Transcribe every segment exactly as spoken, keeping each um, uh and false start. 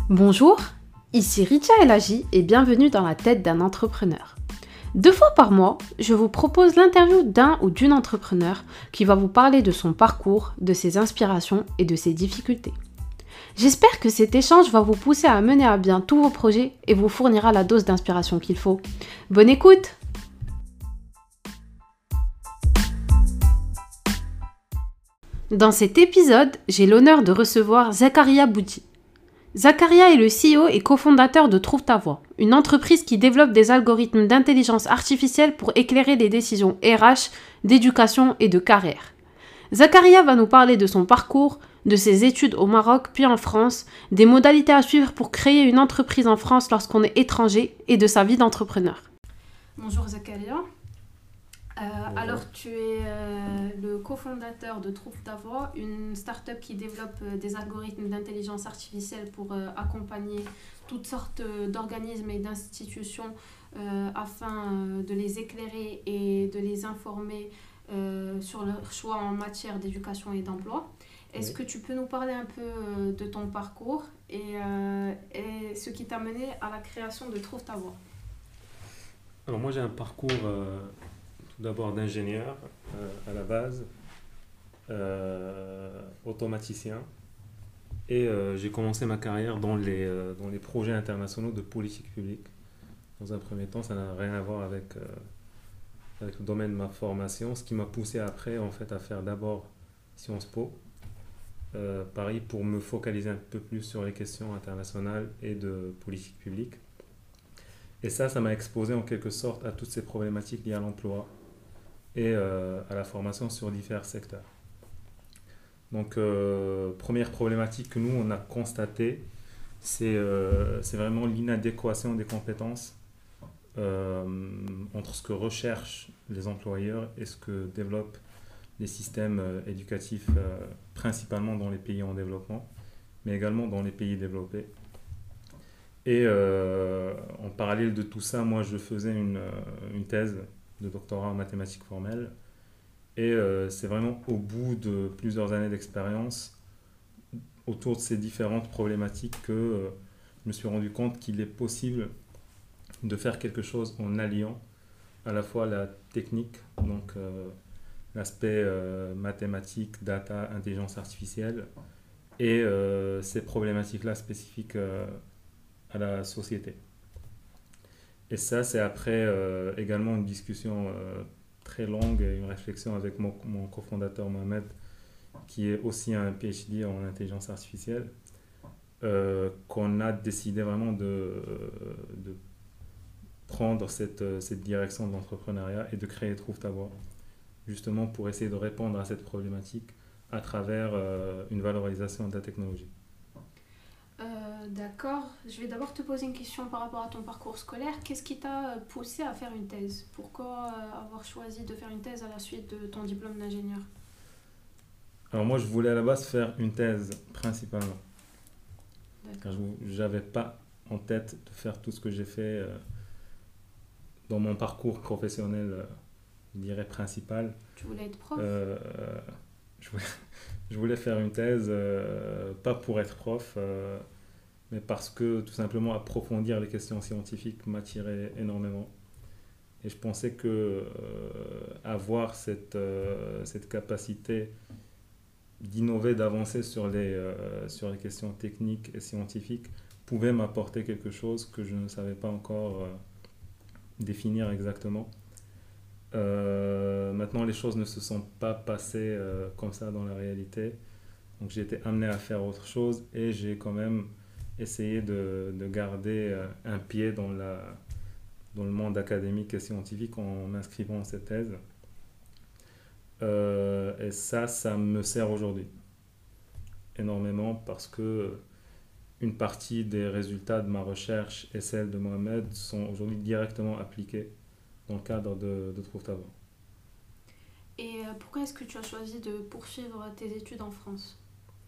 Bonjour, ici Richa Elhaji et bienvenue dans la tête d'un entrepreneur. Deux fois par mois, je vous propose l'interview d'un ou d'une entrepreneur qui va vous parler de son parcours, de ses inspirations et de ses difficultés. J'espère que cet échange va vous pousser à mener à bien tous vos projets et vous fournira la dose d'inspiration qu'il faut. Bonne écoute! Dans cet épisode, j'ai l'honneur de recevoir Zakaria Bouti. Zakaria est le C E O et cofondateur de Trouve ta voix, une entreprise qui développe des algorithmes d'intelligence artificielle pour éclairer les décisions R H, d'éducation et de carrière. Zakaria va nous parler de son parcours, de ses études au Maroc puis en France, des modalités à suivre pour créer une entreprise en France lorsqu'on est étranger et de sa vie d'entrepreneur. Bonjour Zakaria. Euh, alors, tu es euh, le cofondateur de Trouve ta voix, une start-up qui développe euh, des algorithmes d'intelligence artificielle pour euh, accompagner toutes sortes euh, d'organismes et d'institutions euh, afin euh, de les éclairer et de les informer euh, sur leurs choix en matière d'éducation et d'emploi. Est-ce oui. que tu peux nous parler un peu euh, de ton parcours et, euh, et ce qui t'a mené à la création de Trouve ta voix? Alors moi j'ai un parcours... Euh... Tout d'abord d'ingénieur euh, à la base, euh, automaticien, et euh, j'ai commencé ma carrière dans les, euh, dans les projets internationaux de politique publique. Dans un premier temps, ça n'a rien à voir avec, euh, avec le domaine de ma formation, ce qui m'a poussé après en fait, à faire d'abord Sciences Po, euh, Paris, pour me focaliser un peu plus sur les questions internationales et de politique publique. Et ça, ça m'a exposé en quelque sorte à toutes ces problématiques liées à l'emploi et euh, à la formation sur divers secteurs. Donc, euh, première problématique que nous, on a constatée, c'est, euh, c'est vraiment l'inadéquation des compétences euh, entre ce que recherchent les employeurs et ce que développent les systèmes euh, éducatifs, euh, principalement dans les pays en développement, mais également dans les pays développés. Et euh, en parallèle de tout ça, moi, je faisais une, une thèse de doctorat en mathématiques formelles. Et euh, c'est vraiment au bout de plusieurs années d'expérience autour de ces différentes problématiques que euh, je me suis rendu compte qu'il est possible de faire quelque chose en alliant à la fois la technique, donc euh, l'aspect euh, mathématique, data, intelligence artificielle, et euh, ces problématiques-là spécifiques euh, à la société. Et ça, c'est après euh, également une discussion euh, très longue et une réflexion avec mon, mon cofondateur Mohamed, qui est aussi un P H D en intelligence artificielle, euh, qu'on a décidé vraiment de, de prendre cette, cette direction de l'entrepreneuriat et de créer Trouve ta voix, justement pour essayer de répondre à cette problématique à travers euh, une valorisation de la technologie. Euh, d'accord. Je vais d'abord te poser une question par rapport à ton parcours scolaire. Qu'est-ce qui t'a poussé à faire une thèse? Pourquoi avoir choisi de faire une thèse à la suite de ton diplôme d'ingénieur? Alors moi, je voulais à la base faire une thèse, principalement. Car je n'avais pas en tête de faire tout ce que j'ai fait euh, dans mon parcours professionnel, euh, je dirais, principal. Tu voulais être prof? euh, je, voulais, je voulais faire une thèse, euh, pas pour être prof, euh, mais parce que tout simplement approfondir les questions scientifiques m'attirait énormément. Et je pensais que euh, avoir cette, euh, cette capacité d'innover, d'avancer sur les, euh, sur les questions techniques et scientifiques pouvait m'apporter quelque chose que je ne savais pas encore euh, définir exactement. Euh, maintenant, les choses ne se sont pas passées euh, comme ça dans la réalité. Donc j'ai été amené à faire autre chose et j'ai quand même essayé de, de garder euh, un pied dans, la, dans le monde académique et scientifique en m'inscrivant à cette thèse. Euh, et ça, ça me sert aujourd'hui énormément parce que une partie des résultats de ma recherche et celle de Mohamed sont aujourd'hui directement appliqués dans le cadre de, de Trouve ta voix. Et pourquoi est-ce que tu as choisi de poursuivre tes études en France?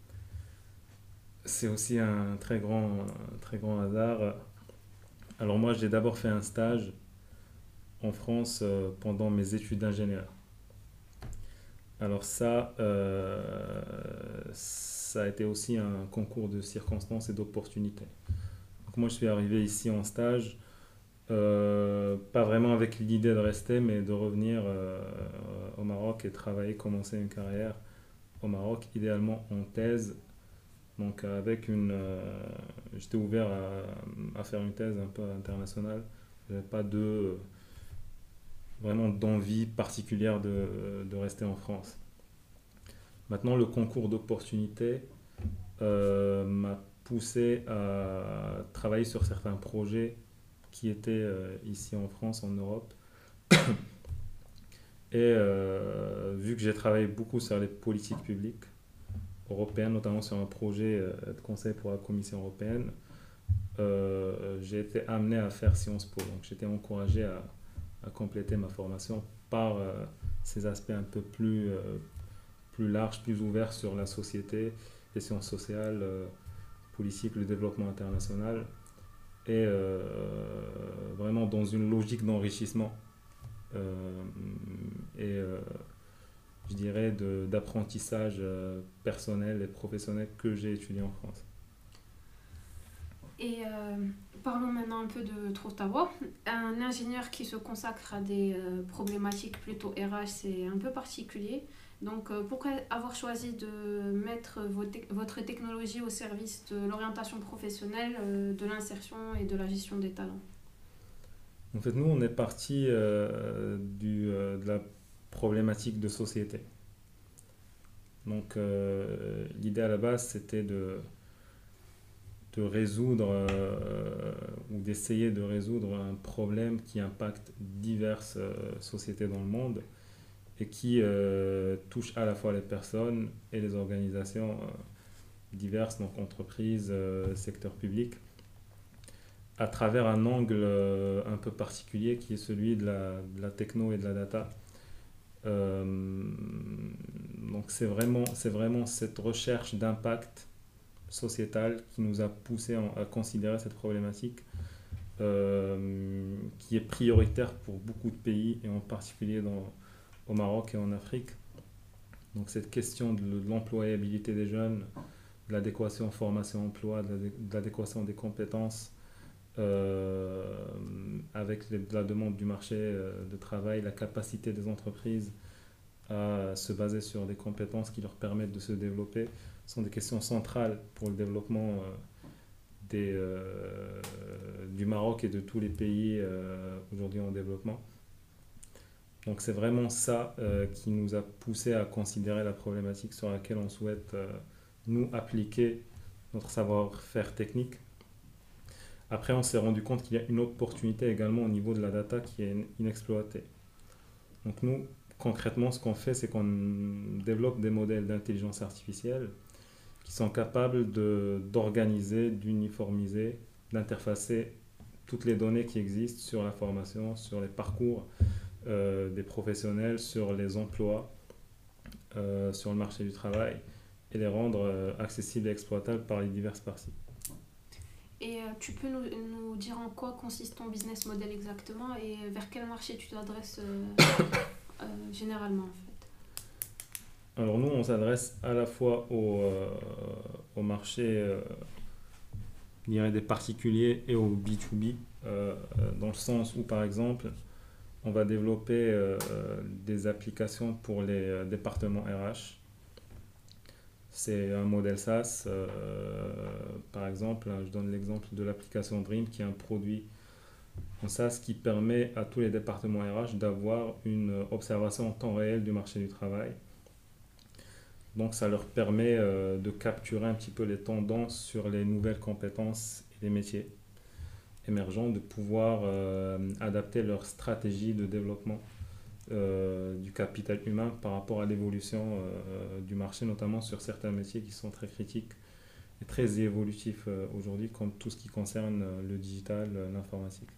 C'est aussi un très grand, un très grand hasard. Alors moi, j'ai d'abord fait un stage en France pendant mes études d'ingénieur. Alors ça, euh, ça a été aussi un concours de circonstances et d'opportunités. Donc moi, je suis arrivé ici en stage, euh, pas vraiment avec l'idée de rester, mais de revenir euh, au Maroc et travailler, commencer une carrière au Maroc, idéalement en thèse. Donc avec une, euh, j'étais ouvert à, à faire une thèse un peu internationale. Je n'avais pas de vraiment d'envie particulière de, de rester en France. Maintenant, le concours d'opportunités euh, m'a poussé à travailler sur certains projets qui étaient euh, ici en France, en Europe. Et euh, vu que j'ai travaillé beaucoup sur les politiques publiques européennes, notamment sur un projet euh, de conseil pour la Commission européenne, euh, j'ai été amené à faire Sciences Po. Donc j'étais encouragé à, à compléter ma formation par euh, ces aspects un peu plus, euh, plus larges, plus ouverts sur la société, les sciences sociales, euh, politique, le développement international, et euh, vraiment dans une logique d'enrichissement euh, et euh, je dirais de- d'apprentissage euh, personnel et professionnel que j'ai étudié en France. Et euh, parlons maintenant un peu de Trouve ta voie. Un ingénieur qui se consacre à des euh, problématiques plutôt R H, c'est un peu particulier. Donc, euh, pourquoi avoir choisi de mettre vos tec- votre technologie au service de l'orientation professionnelle, euh, de l'insertion et de la gestion des talents? En fait, nous, on est parti euh, du, euh, de la problématique de société. Donc, euh, l'idée à la base, c'était de, de résoudre euh, ou d'essayer de résoudre un problème qui impacte diverses euh, sociétés dans le monde et qui euh, touche à la fois les personnes et les organisations euh, diverses, donc entreprises, euh, secteur public, à travers un angle euh, un peu particulier qui est celui de la, de la techno et de la data. Euh, donc c'est vraiment, c'est vraiment cette recherche d'impact sociétal qui nous a poussé en- à considérer cette problématique euh, qui est prioritaire pour beaucoup de pays et en particulier dans, au Maroc et en Afrique. Donc cette question de l'employabilité des jeunes, de l'adéquation formation-emploi, de l'adé- de l'adéquation des compétences euh, avec les- la demande du marché euh, de travail, la capacité des entreprises à se baser sur des compétences qui leur permettent de se développer, sont des questions centrales pour le développement euh, des, euh, du Maroc et de tous les pays euh, aujourd'hui en développement. Donc c'est vraiment ça euh, qui nous a poussé à considérer la problématique sur laquelle on souhaite euh, nous appliquer notre savoir-faire technique. Après, on s'est rendu compte qu'il y a une opportunité également au niveau de la data qui est inexploitée. Donc nous, concrètement, ce qu'on fait, c'est qu'on développe des modèles d'intelligence artificielle qui sont capables de, d'organiser, d'uniformiser, d'interfacer toutes les données qui existent sur la formation, sur les parcours euh, des professionnels, sur les emplois, euh, sur le marché du travail, et les rendre euh, accessibles et exploitables par les diverses parties. Et euh, tu peux nous, nous dire en quoi consiste ton business model exactement et vers quel marché tu t'adresses euh, euh, généralement en fait? Alors nous, on s'adresse à la fois au, euh, au marché euh, je dirais des particuliers et au B deux B, euh, dans le sens où, par exemple, on va développer euh, des applications pour les euh, départements R H. C'est un modèle SaaS. Euh, par exemple, hein, je donne l'exemple de l'application Dream, qui est un produit en SaaS qui permet à tous les départements R H d'avoir une observation en temps réel du marché du travail. Donc ça leur permet euh, de capturer un petit peu les tendances sur les nouvelles compétences et les métiers émergents, de pouvoir euh, adapter leur stratégie de développement euh, du capital humain par rapport à l'évolution euh, du marché, notamment sur certains métiers qui sont très critiques et très évolutifs euh, aujourd'hui, comme tout ce qui concerne euh, le digital, euh, l'informatique.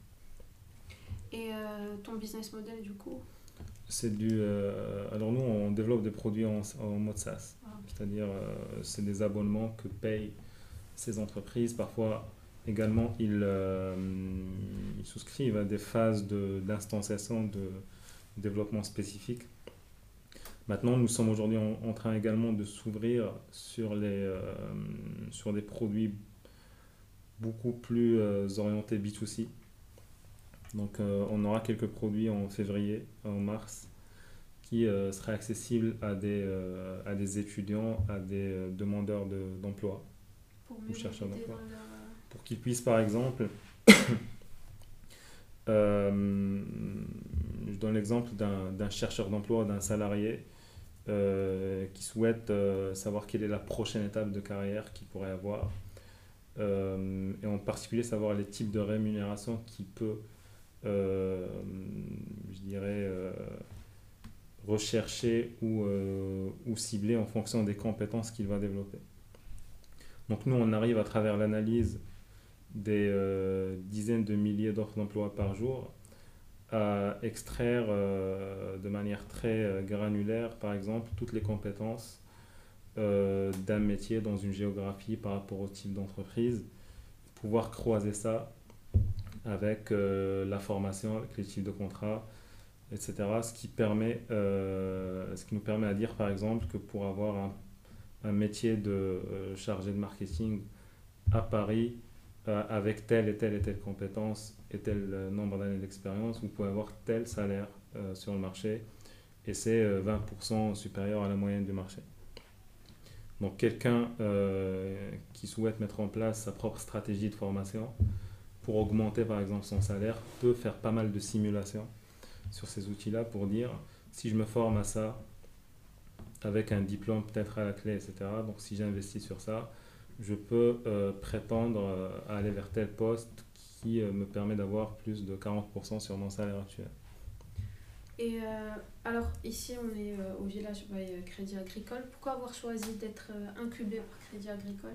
Et euh, ton business model du coup? C'est du, euh, alors nous, on développe des produits en, en mode SaaS, Ah, ok. c'est-à-dire euh, c'est des abonnements que payent ces entreprises. Parfois également, ils, euh, ils souscrivent à des phases de, d'instanciation, de développement spécifique. Maintenant, nous sommes aujourd'hui en, en train également de s'ouvrir sur, les, euh, sur des produits beaucoup plus euh, orientés B deux C. Donc, euh, on aura quelques produits en février, en mars, qui euh, seraient accessibles à des, euh, à des étudiants, à des euh, demandeurs de, d'emploi Pour ou mieux chercheurs les aider d'emploi. dans leur... Pour qu'ils puissent, par exemple, euh, je donne l'exemple d'un, d'un chercheur d'emploi, d'un salarié euh, qui souhaite euh, savoir quelle est la prochaine étape de carrière qu'il pourrait avoir. Euh, et en particulier savoir les types de rémunération qu'il peut, euh, je dirais, euh, rechercher ou, euh, ou cibler en fonction des compétences qu'il va développer. Donc nous, on arrive à travers l'analyse des euh, dizaines de milliers d'offres d'emploi par jour à extraire euh, de manière très euh, granulaire, par exemple, toutes les compétences euh, d'un métier dans une géographie par rapport au type d'entreprise, pouvoir croiser ça avec euh, la formation, avec les types de contrats, et cetera. Ce qui, permet, euh, ce qui nous permet à dire, par exemple, que pour avoir un, un métier de euh, chargé de marketing à Paris, euh, avec telle et telle et telle compétence et tel euh, nombre d'années d'expérience, vous pouvez avoir tel salaire euh, sur le marché et c'est euh, vingt pour cent supérieur à la moyenne du marché. Donc quelqu'un euh, qui souhaite mettre en place sa propre stratégie de formation pour augmenter par exemple son salaire peut faire pas mal de simulations sur ces outils-là pour dire si je me forme à ça avec un diplôme peut-être à la clé, et cetera. Donc si j'investis sur ça, je peux euh, prétendre euh, à aller vers tel poste qui euh, me permet d'avoir plus de quarante pour cent sur mon salaire actuel. Et euh, alors, ici, on est euh, au village by Crédit Agricole. Pourquoi avoir choisi d'être euh, incubé par Crédit Agricole?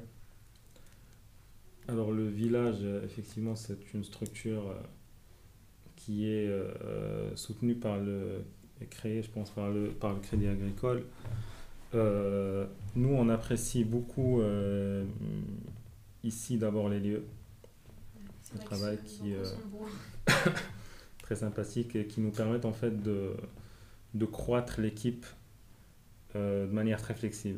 Alors le village, euh, effectivement, c'est une structure euh, qui est euh, soutenue par le, et créée, je pense, par le, par le Crédit Agricole. Euh, nous, on apprécie beaucoup euh, ici d'abord les lieux C'est de vrai travail que qui euh, euh, sont beaux. très sympathiques et qui nous permettent en fait de, de croître l'équipe euh, de manière très flexible.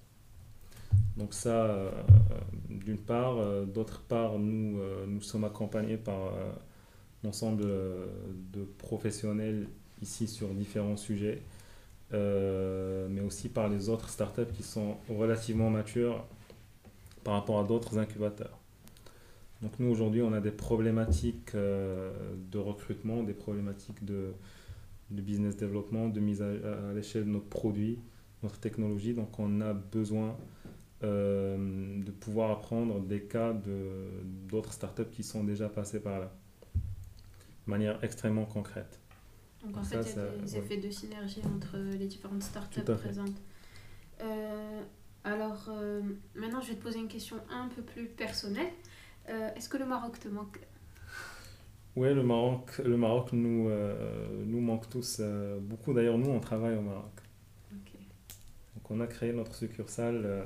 Donc ça, euh, d'une part. Euh, d'autre part, nous, euh, nous sommes accompagnés par euh, l'ensemble euh, de professionnels ici sur différents sujets, euh, mais aussi par les autres startups qui sont relativement matures par rapport à d'autres incubateurs. Donc nous, aujourd'hui, on a des problématiques euh, de recrutement, des problématiques de, de business développement, de mise à, à l'échelle de notre produit, notre technologie. Donc on a besoin euh, de pouvoir apprendre des cas de, d'autres startups qui sont déjà passées par là, de manière extrêmement concrète. Donc en Donc fait, ça, il y a ça, des ouais. effets de synergie entre les différentes startups Tout à fait. présentes. Euh, alors, euh, maintenant, je vais te poser une question un peu plus personnelle. Euh, est-ce que le Maroc te manque? Oui, le Maroc, le Maroc nous, euh, nous manque tous euh, beaucoup. D'ailleurs, nous, on travaille au Maroc. Ok. Donc on a créé notre succursale euh,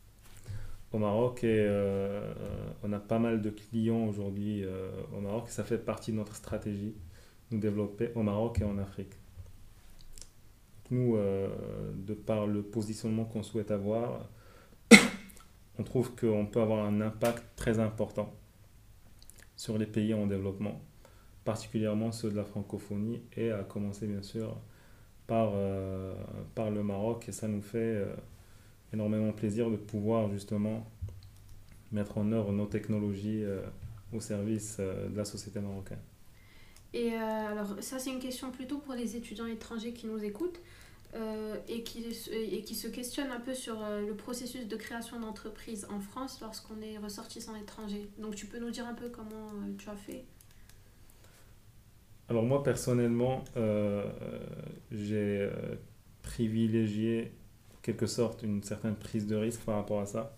au Maroc et euh, on a pas mal de clients aujourd'hui euh, au Maroc. Ça fait partie de notre stratégie, nous développer au Maroc et en Afrique. Nous, euh, de par le positionnement qu'on souhaite avoir, on trouve qu'on peut avoir un impact très important sur les pays en développement, particulièrement ceux de la francophonie, et à commencer bien sûr par, euh, par le Maroc. Et ça nous fait euh, énormément plaisir de pouvoir justement mettre en œuvre nos technologies euh, au service euh, de la société marocaine. Et euh, alors, ça, c'est une question plutôt pour les étudiants étrangers qui nous écoutent euh, et, qui, et qui se questionnent un peu sur euh, le processus de création d'entreprise en France lorsqu'on est ressortissant étranger. Donc, tu peux nous dire un peu comment euh, tu as fait? Alors moi personnellement, euh, j'ai euh, privilégié en quelque sorte une certaine prise de risque par rapport à ça,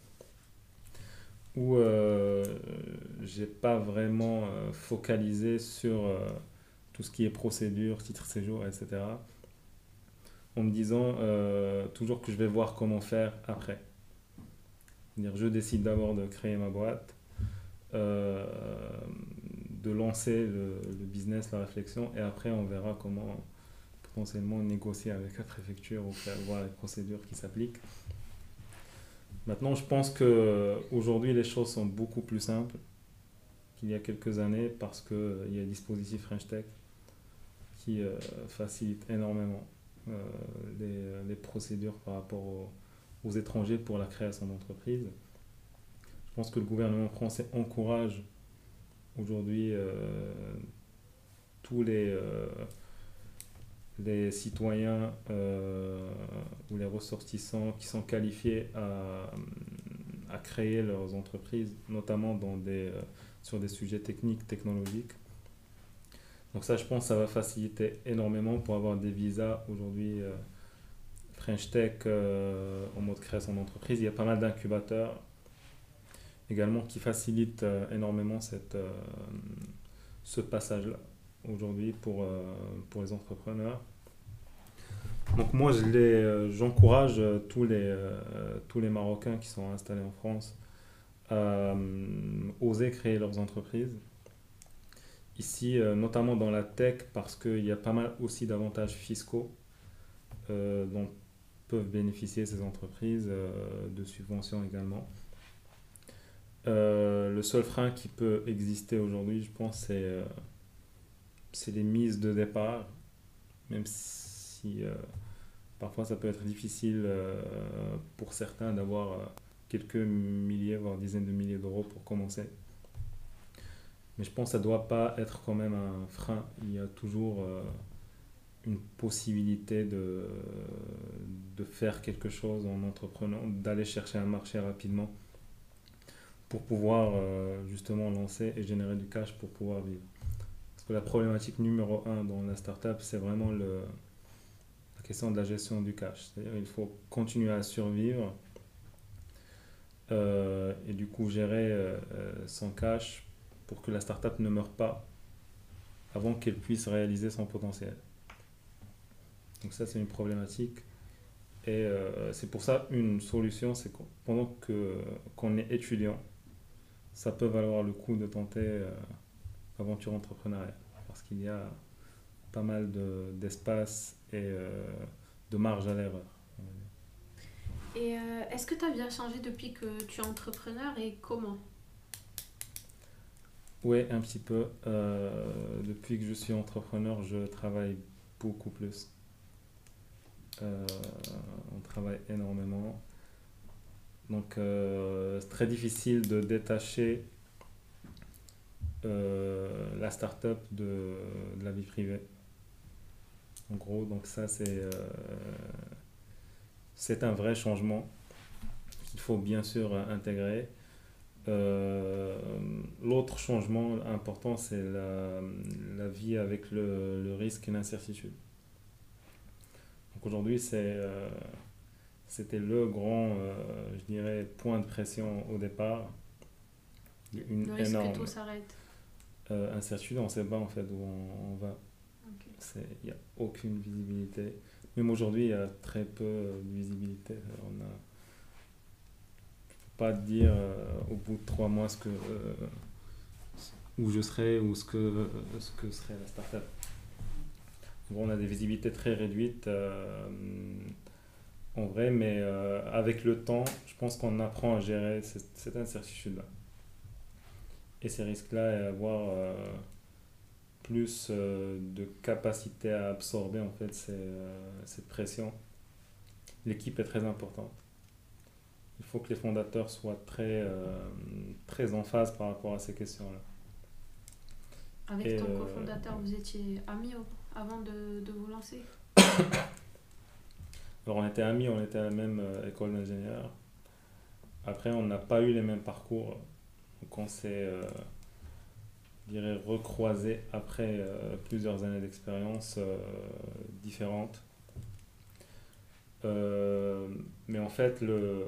où euh, j'ai pas vraiment euh, focalisé sur euh, tout ce qui est procédure, titre séjour, et cetera. En me disant euh, toujours que je vais voir comment faire après. C'est-à-dire, je décide d'abord de créer ma boîte, euh, de lancer le, le business, la réflexion, et après on verra comment potentiellement négocier avec la préfecture ou faire voir les procédures qui s'appliquent. Maintenant, je pense qu'aujourd'hui, les choses sont beaucoup plus simples qu'il y a quelques années parce qu'il euh, y a le dispositif French Tech qui euh, facilite énormément euh, les, les procédures par rapport aux, aux étrangers pour la création d'entreprises. Je pense que le gouvernement français encourage aujourd'hui euh, tous les, euh, les citoyens euh, ou les ressortissants qui sont qualifiés à, à créer leurs entreprises, notamment dans des, euh, sur des sujets techniques, technologiques. Donc ça, je pense, ça va faciliter énormément pour avoir des visas aujourd'hui euh, French Tech euh, en mode création d'entreprise. Il y a pas mal d'incubateurs également qui facilitent euh, énormément cette, euh, ce passage-là aujourd'hui pour, euh, pour les entrepreneurs. Donc moi, je les, euh, j'encourage euh, tous, les, euh, tous les Marocains qui sont installés en France à euh, oser créer leurs entreprises. Ici, euh, notamment dans la tech, parce qu'il y a pas mal aussi d'avantages fiscaux euh, dont peuvent bénéficier ces entreprises, euh, de subventions également. Euh, le seul frein qui peut exister aujourd'hui, je pense, c'est, euh, c'est les mises de départ, même si euh, parfois ça peut être difficile euh, pour certains d'avoir euh, quelques milliers, voire dizaines de milliers d'euros pour commencer. Mais je pense que ça ne doit pas être quand même un frein. Il y a toujours euh, une possibilité de, de faire quelque chose en entreprenant, d'aller chercher un marché rapidement pour pouvoir euh, justement lancer et générer du cash pour pouvoir vivre. Parce que la problématique numéro un dans la startup, c'est vraiment le, la question de la gestion du cash. C'est-à-dire qu'il faut continuer à survivre euh, et du coup gérer euh, son cash pour que la startup ne meure pas avant qu'elle puisse réaliser son potentiel. Donc ça, c'est une problématique. Et euh, c'est pour ça, une solution, c'est que pendant que, qu'on est étudiant, ça peut valoir le coup de tenter euh, l'aventure entrepreneuriale. Parce qu'il y a pas mal de, d'espace et euh, de marge à l'erreur. Et euh, est-ce que tu as bien changé depuis que tu es entrepreneur et comment? Oui, un petit peu. Euh, depuis que je suis entrepreneur, je travaille beaucoup plus. Euh, on travaille énormément. Donc, euh, c'est très difficile de détacher euh, la start-up de, de la vie privée. En gros, donc ça, c'est, euh, c'est un vrai changement qu'il faut bien sûr intégrer. Euh, l'autre changement important, c'est la, la vie avec le, le risque et l'incertitude. Donc aujourd'hui, c'est, euh, c'était le grand, euh, je dirais, point de pression au départ. Une le risque énorme que tout s'arrête. Euh, incertitude, on ne sait pas en fait où on, on va. Okay. Il n'y a aucune visibilité. Même aujourd'hui, il y a très peu de visibilité. On a pas dire euh, au bout de trois mois ce que, euh, où je serai ou ce que, euh, ce que serait la startup. Bon, on a des visibilités très réduites euh, en vrai, mais euh, avec le temps, je pense qu'on apprend à gérer cette, cette incertitude-là. Et ces risques-là et avoir euh, plus euh, de capacité à absorber en fait ces, euh, cette pression. L'équipe est très importante. Il faut que les fondateurs soient très, euh, très en phase par rapport à ces questions-là. Avec et ton euh, cofondateur, vous étiez amis avant de, de vous lancer? Alors on était amis, on était à la même euh, école d'ingénieur. Après, on n'a pas eu les mêmes parcours. Donc on s'est, euh, je dirais, recroisés après euh, plusieurs années d'expérience euh, différentes. Euh, mais en fait, le, euh,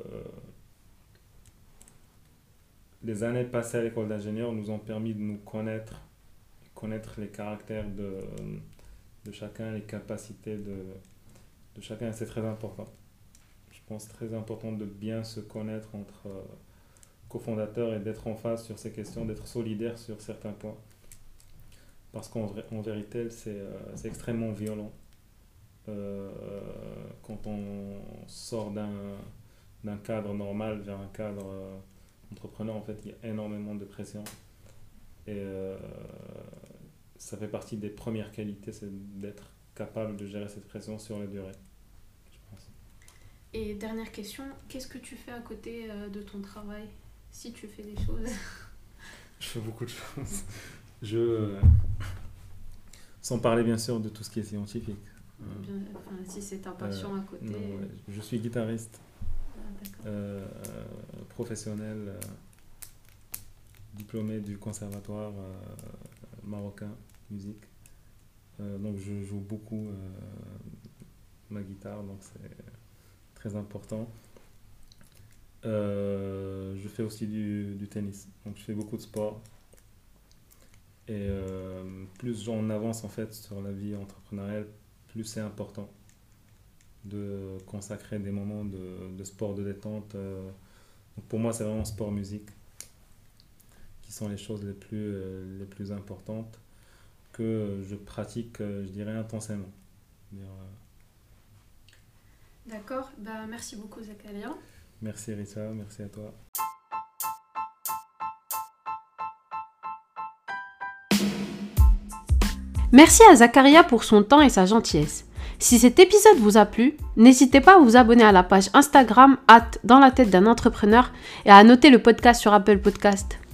les années passées à l'école d'ingénieur nous ont permis de nous connaître, connaître les caractères de, de chacun, les capacités de, de chacun. C'est très important. Je pense très important de bien se connaître entre euh, cofondateurs et d'être en phase sur ces questions, d'être solidaire sur certains points. Parce qu'en en vérité, c'est, euh, c'est extrêmement violent euh, quand on sort d'un, d'un cadre normal vers un cadre euh, entrepreneur, en fait, il y a énormément de pression. Et euh, ça fait partie des premières qualités, c'est d'être capable de gérer cette pression sur la durée, je pense. Et dernière question, qu'est-ce que tu fais à côté euh, de ton travail, si tu fais des choses? Je fais beaucoup de choses. Je, euh, sans parler bien sûr de tout ce qui est scientifique. Bien, enfin, si c'est ta passion Euh, à côté. non, ouais. Je suis guitariste, Ah, d'accord. euh, euh, professionnel, euh, diplômé du conservatoire euh, marocain musique. Euh, donc je joue beaucoup euh, ma guitare, donc c'est très important. Euh, je fais aussi du, du tennis, donc je fais beaucoup de sport. Et euh, plus j'en avance en fait sur la vie entrepreneuriale, plus c'est important de consacrer des moments de, de sport, de détente. Euh, donc pour moi, c'est vraiment sport-musique qui sont les choses les plus, euh, les plus importantes que je pratique, euh, je dirais, intensément. Dire, euh, D'accord, bah, merci beaucoup Zakaria. Merci Rissa, merci à toi. Merci à Zakaria pour son temps et sa gentillesse. Si cet épisode vous a plu, n'hésitez pas à vous abonner à la page Instagram arobase dans la tête d'un entrepreneur et à noter le podcast sur Apple Podcast.